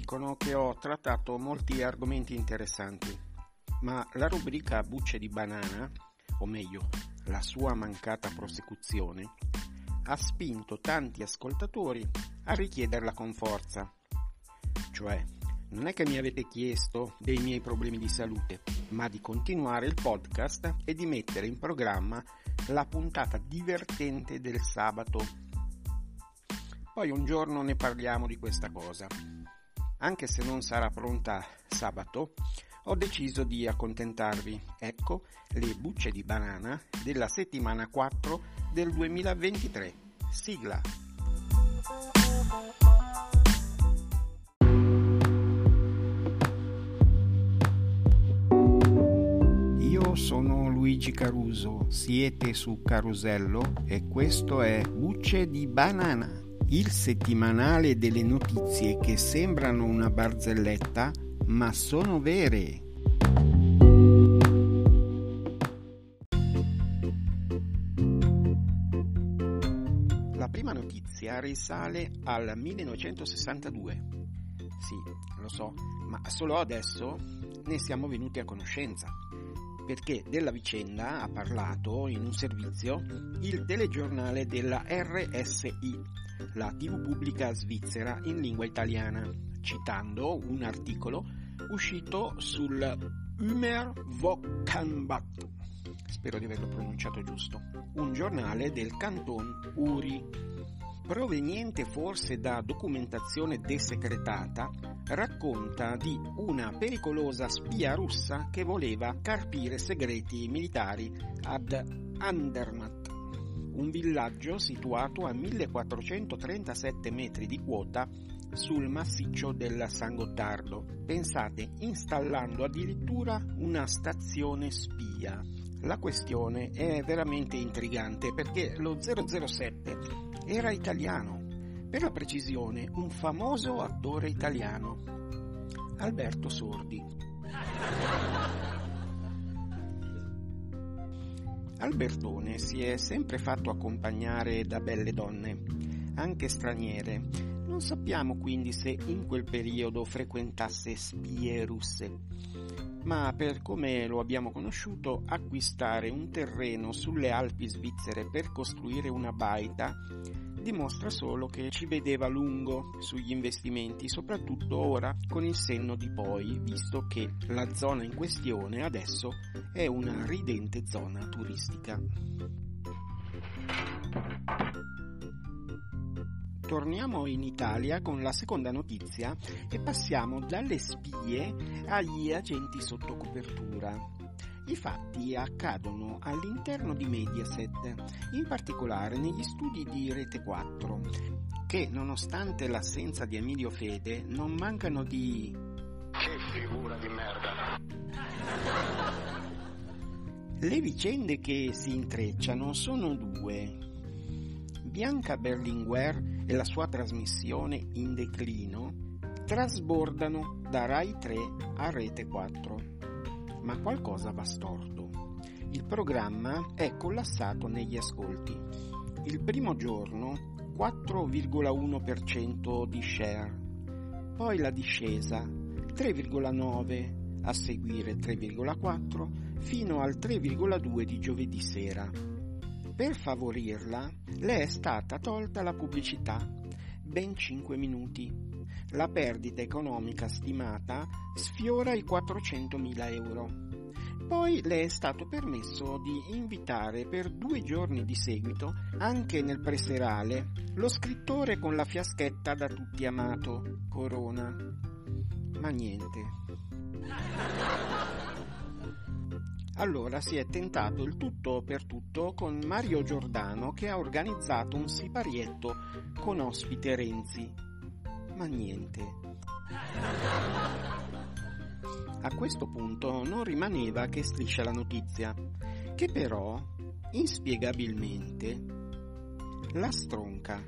dicono che ho trattato molti argomenti interessanti, ma la rubrica Bucce di banana, o meglio, la sua mancata prosecuzione, ha spinto tanti ascoltatori a richiederla con forza. Cioè, non è che mi avete chiesto dei miei problemi di salute, ma di continuare il podcast e di mettere in programma la puntata divertente del sabato. Poi un giorno ne parliamo di questa cosa. Anche se non sarà pronta sabato, ho deciso di accontentarvi. Ecco le bucce di banana della settimana 4 del 2023. Sigla. Io sono Luigi Caruso, siete su Carusello e questo è Bucce di banana, il settimanale delle notizie che sembrano una barzelletta, ma sono vere. La prima notizia risale al 1962. Sì, lo so, ma solo adesso ne siamo venuti a conoscenza, perché della vicenda ha parlato in un servizio il telegiornale della RSI, la TV pubblica svizzera in lingua italiana, citando un articolo uscito sul Umer Wochenblatt, spero di averlo pronunciato giusto, un giornale del canton Uri. Proveniente forse da documentazione desecretata, racconta di una pericolosa spia russa che voleva carpire segreti militari ad Andermatt, un villaggio situato a 1437 metri di quota sul massiccio del San Gottardo. Pensate, installando addirittura una stazione spia. La questione è veramente intrigante perché lo 007 era italiano, per la precisione un famoso attore italiano, Alberto Sordi. Albertone si è sempre fatto accompagnare da belle donne, anche straniere. Non sappiamo quindi se in quel periodo frequentasse spie russe, ma per come lo abbiamo conosciuto, acquistare un terreno sulle Alpi svizzere per costruire una baita dimostra solo che ci vedeva lungo sugli investimenti, soprattutto ora con il senno di poi, visto che la zona in questione adesso è una ridente zona turistica. Torniamo in Italia con la seconda notizia e passiamo dalle spie agli agenti sotto copertura. I fatti accadono all'interno di Mediaset, in particolare negli studi di Rete 4, che nonostante l'assenza di Emilio Fede non mancano di... Che figura di merda! Le vicende che si intrecciano sono due. Bianca Berlinguer e la sua trasmissione In declino trasbordano da Rai 3 a Rete 4. Ma qualcosa va storto. Il programma è collassato negli ascolti. Il primo giorno 4,1% di share, poi la discesa 3,9%, a seguire 3,4% fino al 3,2% di giovedì sera. Per favorirla le è stata tolta la pubblicità, ben 5 minuti. La perdita economica stimata sfiora i 400.000 euro. Poi le è stato permesso di invitare per 2 giorni di seguito, anche nel preserale, lo scrittore con la fiaschetta da tutti amato, Corona. Ma niente. Allora si è tentato il tutto per tutto con Mario Giordano, che ha organizzato un siparietto con ospite Renzi. Ma niente. A questo punto non rimaneva che Striscia la notizia, che però, inspiegabilmente, la stronca.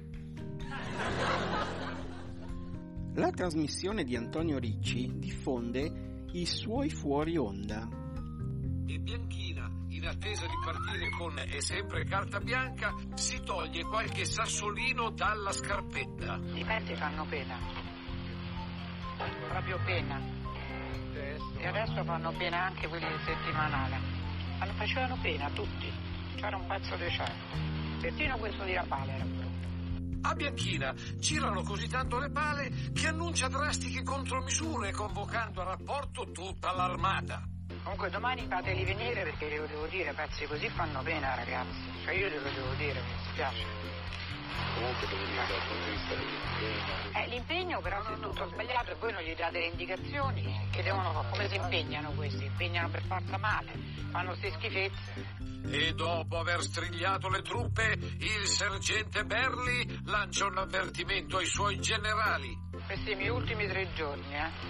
La trasmissione di Antonio Ricci diffonde i suoi fuori onda. E Bianchina, in attesa di partire con È sempre carta bianca, si toglie qualche sassolino dalla scarpetta. I pezzi fanno pena. proprio pena. E adesso fanno pena anche quelli del settimanale. Facevano pena tutti, c'era un pezzo decente. Persino questo di Rapale era brutto. A Bianchina girano così tanto le pale che annuncia drastiche contromisure, convocando a rapporto tutta l'armata. Comunque domani fateli venire perché io devo dire, pezzi così fanno pena ragazzi. Cioè io glielo devo dire, mi dispiace. Comunque devo dire dal punto di vista dell'impegno. L'impegno però se è tutto sbagliato e voi non gli date le indicazioni che devono fare. Come si impegnano questi? Impegnano per forza male, fanno queste schifezze. E dopo aver strigliato le truppe, il sergente Berli lancia un avvertimento ai suoi generali. Questi miei ultimi 3 giorni,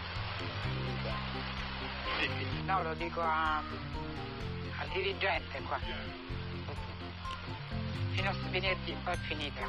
No, lo dico al dirigente qua. Fino a venerdì, poi è finita.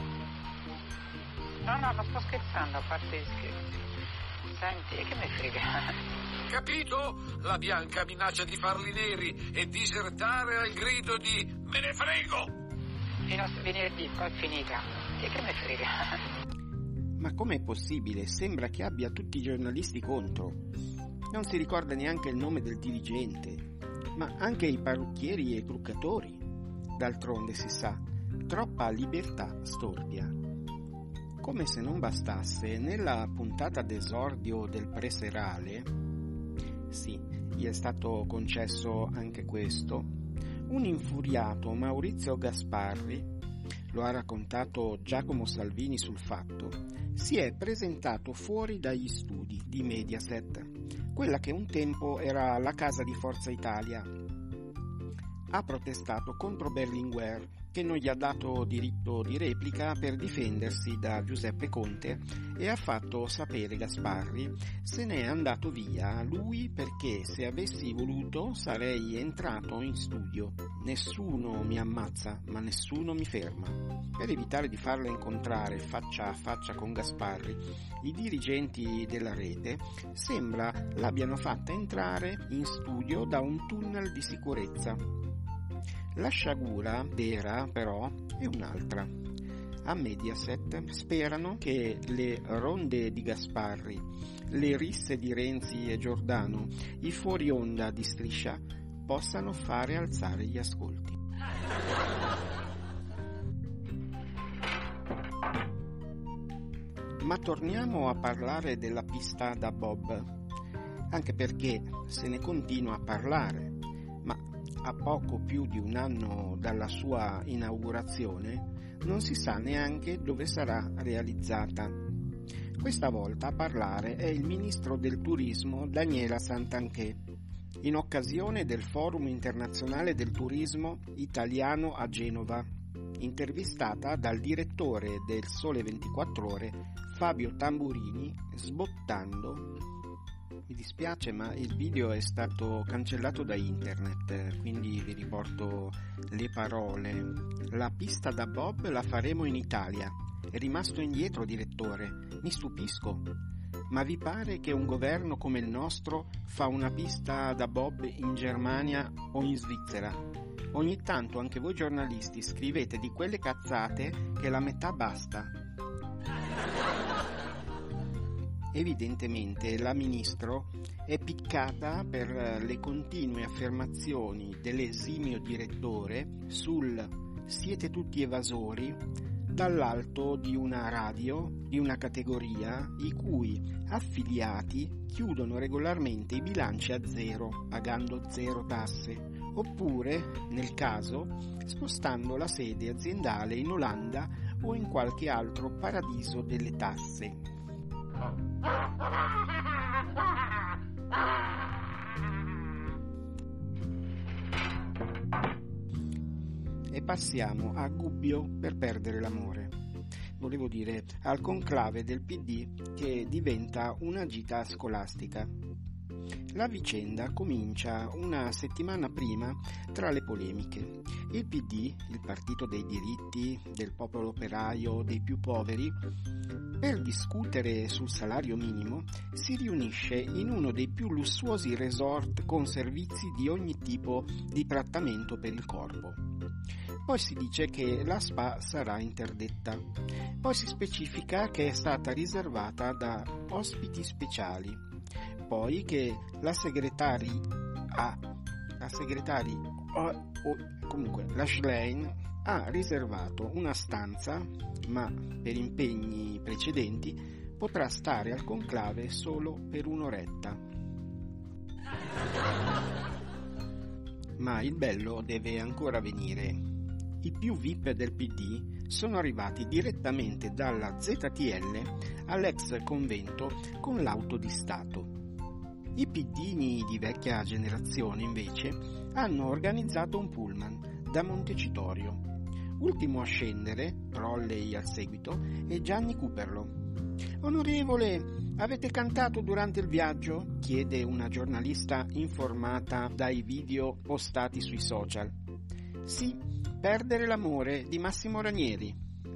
No, non sto scherzando, a parte gli scherzi. Senti, che me frega? Capito? La Bianca minaccia di farli neri e disertare al grido di "me ne frego". Fino a venerdì, poi è finita. E che me frega? Ma com'è possibile? Sembra che abbia tutti i giornalisti contro. Non si ricorda neanche il nome del dirigente, ma anche i parrucchieri e i truccatori. D'altronde si sa, troppa libertà storpia. Come se non bastasse, nella puntata d'esordio del preserale, sì, gli è stato concesso anche questo, un infuriato Maurizio Gasparri, lo ha raccontato Giacomo Salvini sul Fatto, si è presentato fuori dagli studi di Mediaset, quella che un tempo era la casa di Forza Italia. Ha protestato contro Berlinguer, che non gli ha dato diritto di replica per difendersi da Giuseppe Conte, e ha fatto sapere Gasparri: se n'è andato via lui perché se avessi voluto sarei entrato in studio. Nessuno mi ammazza, ma nessuno mi ferma. Per evitare di farla incontrare faccia a faccia con Gasparri, i dirigenti della rete sembra l'abbiano fatta entrare in studio da un tunnel di sicurezza. La sciagura vera, però, è un'altra. A Mediaset sperano che le ronde di Gasparri, le risse di Renzi e Giordano, i fuori onda di Striscia possano fare alzare gli ascolti. Ma torniamo a parlare della pista da bob, anche perché se ne continua a parlare, ma a poco più di un anno dalla sua inaugurazione non si sa neanche dove sarà realizzata. Questa volta a parlare è il ministro del turismo Daniela Santanchè, in occasione del Forum internazionale del turismo italiano a Genova, intervistata dal direttore del Sole 24 Ore Fabio Tamburini, sbottando. Mi dispiace, ma il video è stato cancellato da internet, quindi vi riporto le parole. La pista da bob la faremo in Italia. È rimasto indietro, direttore. Mi stupisco. Ma vi pare che un governo come il nostro fa una pista da bob in Germania o in Svizzera? Ogni tanto anche voi giornalisti scrivete di quelle cazzate che la metà basta. Evidentemente la ministro è piccata per le continue affermazioni dell'esimio direttore sul "siete tutti evasori" dall'alto di una radio, di una categoria i cui affiliati chiudono regolarmente i bilanci a zero, pagando 0 tasse, oppure, nel caso, spostando la sede aziendale in Olanda o in qualche altro paradiso delle tasse. E passiamo a Gubbio per perdere l'amore. Volevo dire, al conclave del PD che diventa una gita scolastica. La vicenda comincia una settimana prima tra le polemiche. Il PD, il partito dei diritti, del popolo operaio, dei più poveri, Per discutere sul salario minimo si riunisce in uno dei più lussuosi resort con servizi di ogni tipo di trattamento per il corpo. Poi si dice che la spa sarà interdetta. Poi si specifica che è stata riservata da ospiti speciali. Poi che la Schlein ha riservato una stanza, ma per impegni precedenti potrà stare al conclave solo per un'oretta. Ma il bello deve ancora venire. I più VIP del PD sono arrivati direttamente dalla ZTL all'ex convento con l'auto di Stato. I piddini di vecchia generazione, invece, hanno organizzato un pullman da Montecitorio. Ultimo a scendere, Rolley al seguito, è Gianni Cuperlo. «Onorevole, avete cantato durante il viaggio?» chiede una giornalista informata dai video postati sui social. «Sì, Perdere l'amore» di Massimo Ranieri.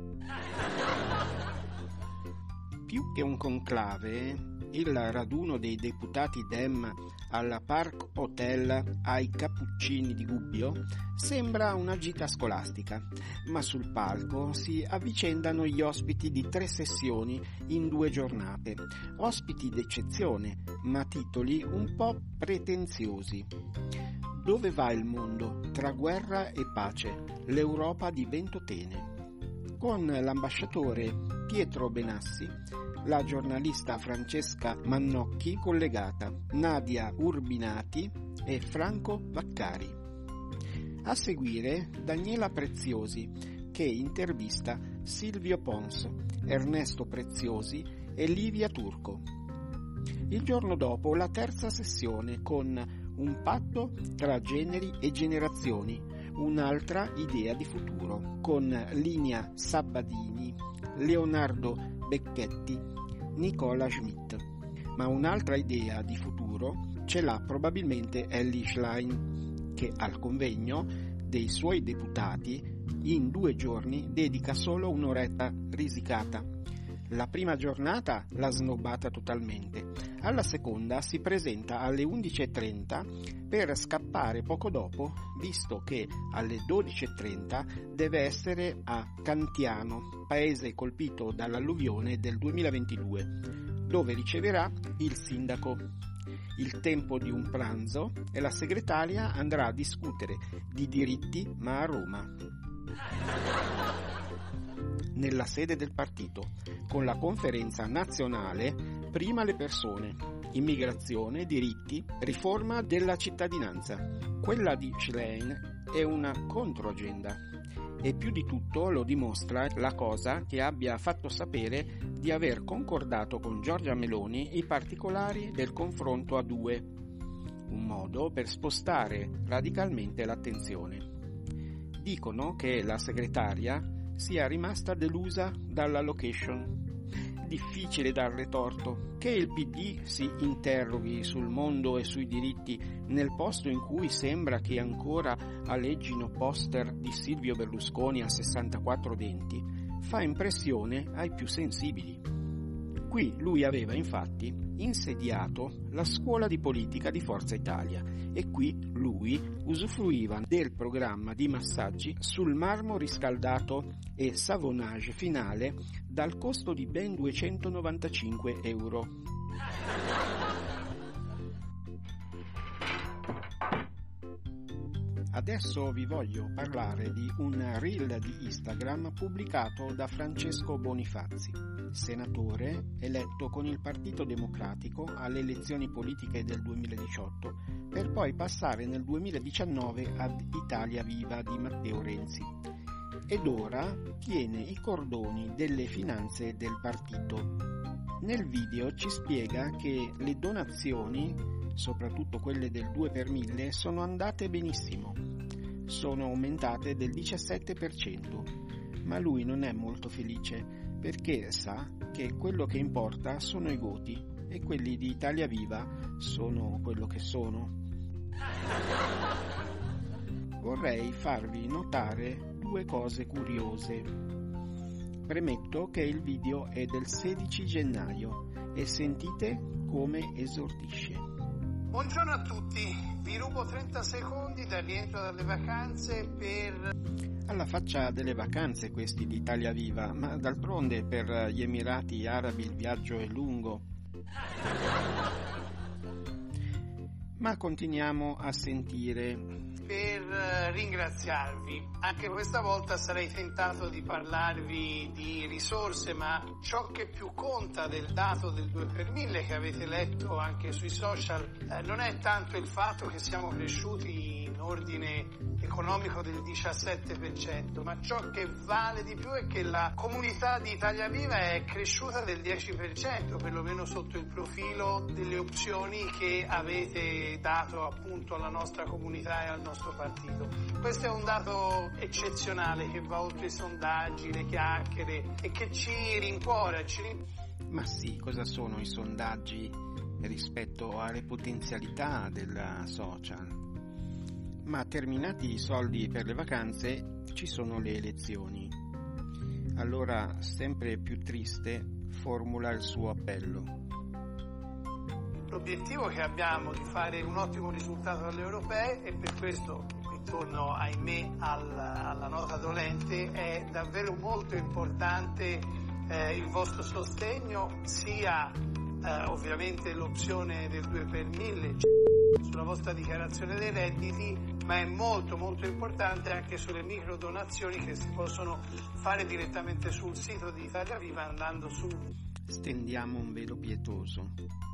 Più che un conclave, il raduno dei deputati Dem al Park Hotel ai Cappuccini di Gubbio sembra una gita scolastica, ma sul palco si avvicendano gli ospiti di 3 sessioni in 2 giornate, ospiti d'eccezione, ma titoli un po' pretenziosi. Dove va il mondo? Tra guerra e pace, l'Europa di Ventotene. Con l'ambasciatore Pietro Benassi, la giornalista Francesca Mannocchi collegata, Nadia Urbinati e Franco Vaccari. A seguire Daniela Preziosi, che intervista Silvio Pons, Ernesto Preziosi e Livia Turco. Il giorno dopo la terza sessione con un patto tra generi e generazioni, un'altra idea di futuro, con Linia Sabbadini, Leonardo Becchetti, Nicola Schmidt. Ma un'altra idea di futuro ce l'ha probabilmente Elly Schlein, che al convegno dei suoi deputati in 2 giorni dedica solo un'oretta risicata. La prima giornata l'ha snobbata totalmente, alla seconda si presenta alle 11:30 per scappare poco dopo, visto che alle 12:30 deve essere a Cantiano, paese colpito dall'alluvione del 2022, dove riceverà il sindaco. Il tempo di un pranzo e la segretaria andrà a discutere di diritti, ma a Roma, nella sede del partito, con la conferenza nazionale Prima le persone, immigrazione, diritti, riforma della cittadinanza. Quella di Schlein è una controagenda e più di tutto lo dimostra la cosa che abbia fatto sapere di aver concordato con Giorgia Meloni i particolari del confronto a 2, un modo per spostare radicalmente l'attenzione. Dicono che la segretaria sia rimasta delusa dalla location. Difficile darle torto. Che il PD si interroghi sul mondo e sui diritti nel posto in cui sembra che ancora aleggino poster di Silvio Berlusconi a 64 denti fa impressione ai più sensibili. Qui lui aveva infatti insediato la scuola di politica di Forza Italia e qui lui usufruiva del programma di massaggi sul marmo riscaldato e savonage finale dal costo di ben 295 euro. Adesso vi voglio parlare di un reel di Instagram pubblicato da Francesco Bonifazi, senatore eletto con il Partito Democratico alle elezioni politiche del 2018, per poi passare nel 2019 ad Italia Viva di Matteo Renzi. Ed ora tiene i cordoni delle finanze del partito. Nel video ci spiega che le donazioni, soprattutto quelle del 2 per 1000, sono andate benissimo. Sono aumentate del 17%, ma lui non è molto felice perché sa che quello che importa sono i voti e quelli di Italia Viva sono quello che sono. Vorrei farvi notare 2 cose curiose. Premetto che il video è del 16 gennaio e sentite come esordisce. Buongiorno a tutti, vi rubo 30 secondi dal rientro dalle vacanze per... Alla faccia delle vacanze questi di Italia Viva, ma d'altronde per gli Emirati Arabi il viaggio è lungo. Ma continuiamo a sentire. Per ringraziarvi. Anche questa volta sarei tentato di parlarvi di risorse, ma ciò che più conta del dato del 2 per 1000 che avete letto anche sui social non è tanto il fatto che siamo cresciuti in ordine economico del 17%, ma ciò che vale di più è che la comunità di Italia Viva è cresciuta del 10%, perlomeno sotto il profilo delle opzioni che avete dato appunto alla nostra comunità e al nostro partito. Questo è un dato eccezionale che va oltre i sondaggi, le chiacchiere e che ci rincuora. Ma sì, cosa sono i sondaggi rispetto alle potenzialità del social? Ma terminati i soldi per le vacanze ci sono le elezioni. Allora, sempre più triste, formula il suo appello. L'obiettivo che abbiamo di fare un ottimo risultato alle europee, e per questo torno ahimè alla nota dolente, è davvero molto importante il vostro sostegno, sia ovviamente l'opzione del 2 per 1000 sulla vostra dichiarazione dei redditi, ma è molto molto importante anche sulle micro donazioni che si possono fare direttamente sul sito di Italia Viva andando su. Stendiamo un velo pietoso.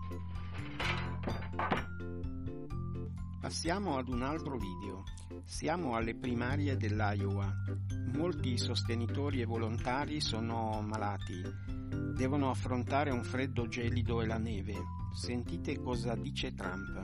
Passiamo ad un altro video. Siamo alle primarie dell'Iowa. Molti sostenitori e volontari sono malati. Devono affrontare un freddo gelido e la neve. Sentite cosa dice Trump.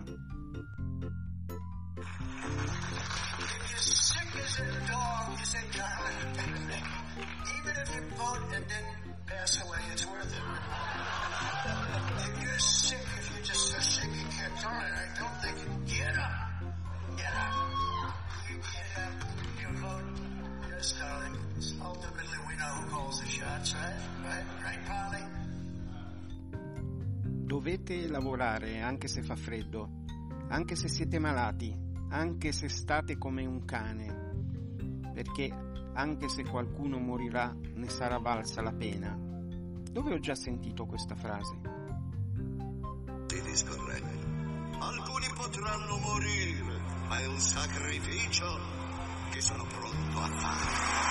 Dovete lavorare anche se fa freddo, anche se siete malati, anche se state come un cane, perché anche se qualcuno morirà ne sarà valsa la pena. Dove ho già sentito questa frase? Si discorrete. Alcuni potranno morire, ma è un sacrificio che sono pronto a fare.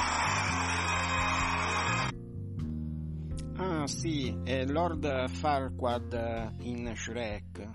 Ah sì, è Lord Farquaad in Shrek.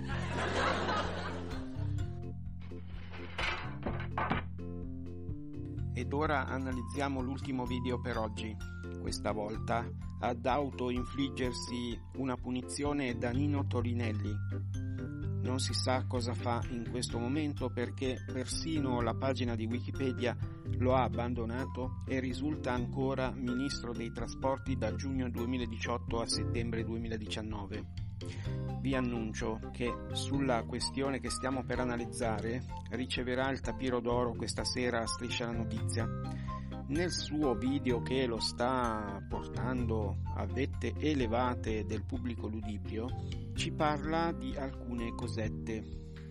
Ed ora analizziamo l'ultimo video per oggi. Questa volta ad autoinfliggersi una punizione Danilo Torinelli. Non si sa cosa fa in questo momento perché persino la pagina di Wikipedia lo ha abbandonato e risulta ancora ministro dei trasporti da giugno 2018 a settembre 2019. Vi annuncio che sulla questione che stiamo per analizzare riceverà il tapiro d'oro questa sera a Striscia la Notizia. Nel suo video che lo sta portando a vette elevate del pubblico ludibrio ci parla di alcune cosette.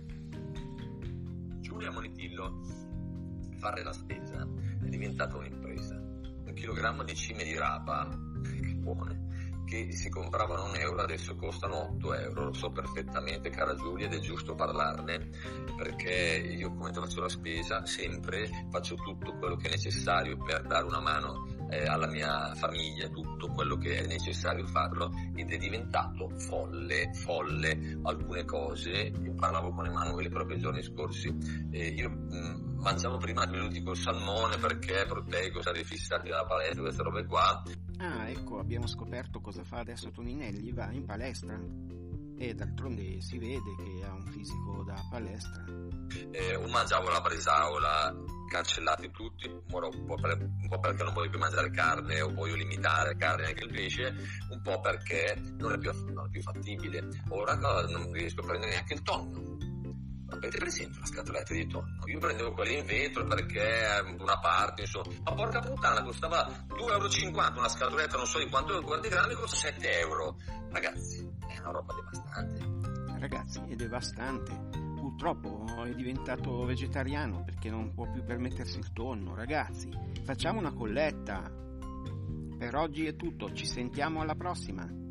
Giulia Monitillo, fare la spesa è diventata un'impresa. 1 chilogrammo di cime di rapa, che buone, che si compravano €1, adesso costano €8. Lo so perfettamente, cara Giulia, ed è giusto parlarne, perché io come faccio la spesa sempre faccio tutto quello che è necessario per dare una mano alla mia famiglia, tutto quello che è necessario farlo, ed è diventato folle alcune cose. Io parlavo con Emanuele proprio i giorni scorsi, io mangiavo prima minuti col salmone perché proteggo, sarei fissati dalla palestra, queste robe qua. Ah, ecco, abbiamo scoperto cosa fa adesso Toninelli, va in palestra e d'altronde si vede che ha un fisico da palestra. Mangiavo la bresaola, cancellati tutti, ora un po' perché non voglio più mangiare carne o voglio limitare carne anche il pesce, un po' perché non è più fattibile. Ora non riesco a prendere neanche il tonno. Avete presente una scatoletta di tonno? Io prendevo quelle in vetro perché una parte, insomma, ma porca puttana, costava 2,50 euro una scatoletta, non so di quanti grammi, costa 7 euro. Ragazzi, è una roba devastante. Ragazzi, è devastante. Purtroppo è diventato vegetariano perché non può più permettersi il tonno. Ragazzi, facciamo una colletta. Per oggi è tutto, ci sentiamo alla prossima.